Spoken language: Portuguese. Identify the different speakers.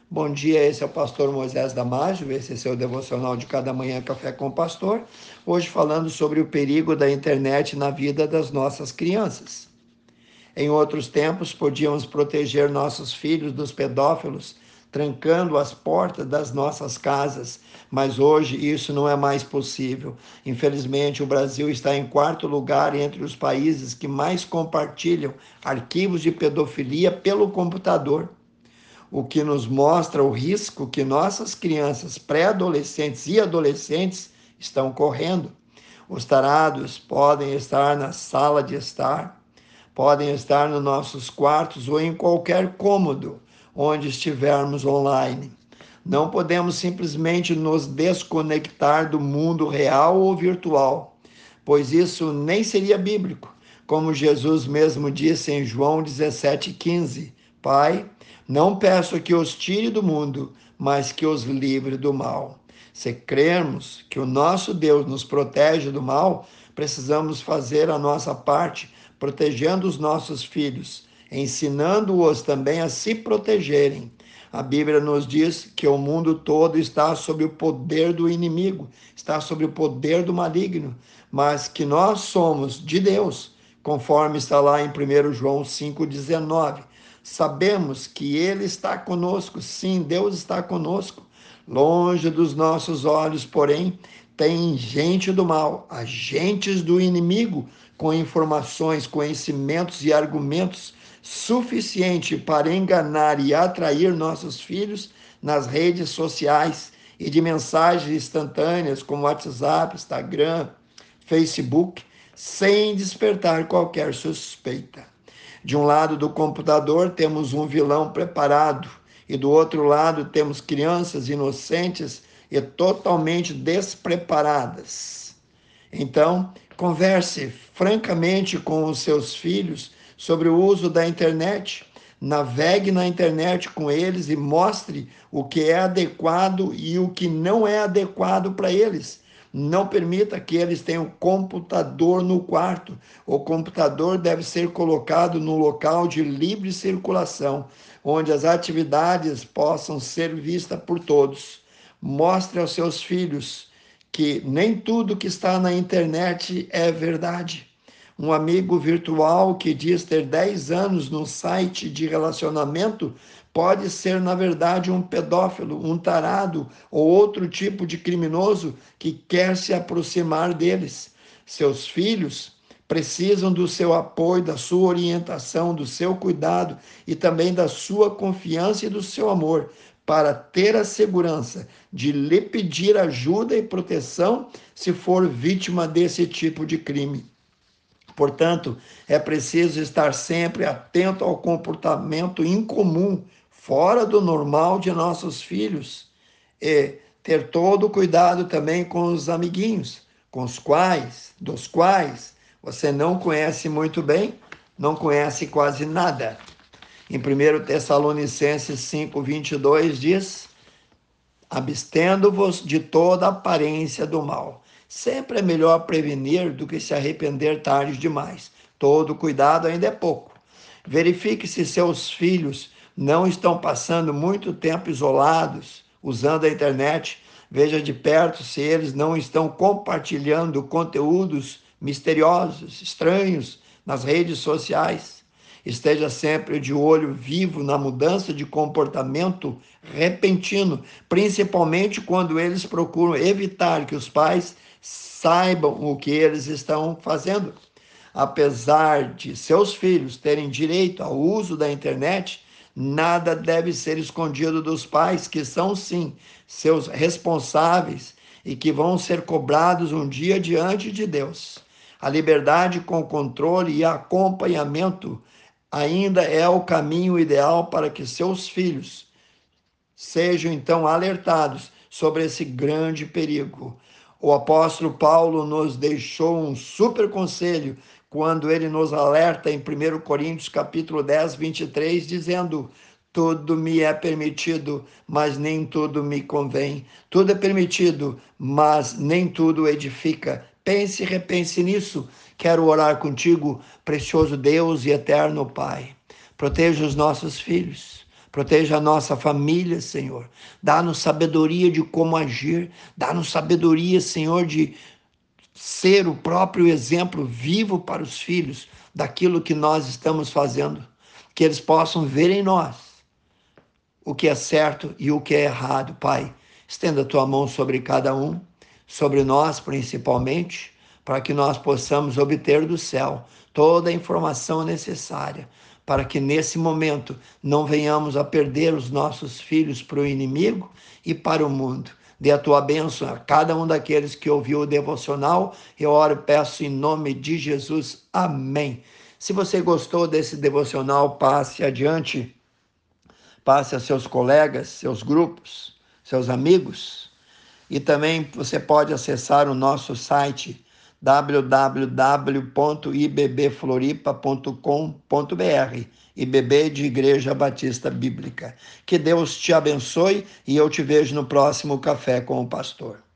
Speaker 1: Bom dia, esse é o pastor Moisés Damásio, esse é seu devocional de cada manhã, Café com o Pastor. Hoje falando sobre o perigo da internet na vida das nossas crianças. Em outros tempos, podíamos proteger nossos filhos dos pedófilos, trancando as portas das nossas casas, mas hoje isso não é mais possível. Infelizmente, o Brasil está em quarto lugar entre os países que mais compartilham arquivos de pedofilia pelo computador, o que nos mostra o risco que nossas crianças pré-adolescentes e adolescentes estão correndo. Os tarados podem estar na sala de estar, podem estar nos nossos quartos ou em qualquer cômodo onde estivermos online. Não podemos simplesmente nos desconectar do mundo real ou virtual, pois isso nem seria bíblico, como Jesus mesmo disse em João 17,15: Pai, não peço que os tire do mundo, mas que os livre do mal. Se crermos que o nosso Deus nos protege do mal, precisamos fazer a nossa parte, protegendo os nossos filhos, ensinando-os também a se protegerem. A Bíblia nos diz que o mundo todo está sob o poder do inimigo, está sob o poder do maligno, mas que nós somos de Deus, conforme está lá em 1 João 5,19. Sabemos que Ele está conosco, sim, Deus está conosco. Longe dos nossos olhos, porém, tem gente do mal, agentes do inimigo, com informações, conhecimentos e argumentos suficiente para enganar e atrair nossos filhos nas redes sociais e de mensagens instantâneas como WhatsApp, Instagram, Facebook, sem despertar qualquer suspeita. De um lado do computador temos um vilão preparado e do outro lado temos crianças inocentes e totalmente despreparadas. Então, converse francamente com os seus filhos sobre o uso da internet. Navegue na internet com eles e mostre o que é adequado e o que não é adequado para eles. Não permita que eles tenham computador no quarto. O computador deve ser colocado no local de livre circulação, onde as atividades possam ser vistas por todos. Mostre aos seus filhos que nem tudo que está na internet é verdade. Um amigo virtual que diz ter 10 anos no site de relacionamento pode ser, na verdade, um pedófilo, um tarado ou outro tipo de criminoso que quer se aproximar deles. Seus filhos precisam do seu apoio, da sua orientação, do seu cuidado e também da sua confiança e do seu amor, para ter a segurança de lhe pedir ajuda e proteção se for vítima desse tipo de crime. Portanto, é preciso estar sempre atento ao comportamento incomum, fora do normal de nossos filhos, e ter todo o cuidado também com os amiguinhos, dos quais você não conhece muito bem, não conhece quase nada. Em 1 Tessalonicenses 5:22 diz: abstendo-vos de toda aparência do mal. Sempre é melhor prevenir do que se arrepender tarde demais. Todo cuidado ainda é pouco. Verifique se seus filhos não estão passando muito tempo isolados, usando a internet. Veja de perto se eles não estão compartilhando conteúdos misteriosos, estranhos nas redes sociais. Esteja sempre de olho vivo na mudança de comportamento repentino, principalmente quando eles procuram evitar que os pais saibam o que eles estão fazendo. Apesar de seus filhos terem direito ao uso da internet, nada deve ser escondido dos pais, que são sim seus responsáveis e que vão ser cobrados um dia diante de Deus. A liberdade com controle e acompanhamento ainda é o caminho ideal para que seus filhos sejam então alertados sobre esse grande perigo. O apóstolo Paulo nos deixou um super conselho quando ele nos alerta em 1 Coríntios capítulo 10, 23, dizendo: tudo me é permitido, mas nem tudo me convém. Tudo é permitido, mas nem tudo edifica. Pense e repense nisso. Quero orar contigo, precioso Deus e eterno Pai. Proteja os nossos filhos. Proteja a nossa família, Senhor. Dá-nos sabedoria de como agir. Dá-nos sabedoria, Senhor, de ser o próprio exemplo vivo para os filhos daquilo que nós estamos fazendo. Que eles possam ver em nós o que é certo e o que é errado, Pai. Estenda a tua mão sobre cada um, sobre nós principalmente, para que nós possamos obter do céu toda a informação necessária, para que nesse momento não venhamos a perder os nossos filhos para o inimigo e para o mundo. Dê a tua bênção a cada um daqueles que ouviu o devocional. Eu oro e peço em nome de Jesus. Amém. Se você gostou desse devocional, passe adiante. Passe a seus colegas, seus grupos, seus amigos. E também você pode acessar o nosso site www.ibbfloripa.com.br, IBB de Igreja Batista Bíblica. Que Deus te abençoe e eu te vejo no próximo Café com o Pastor.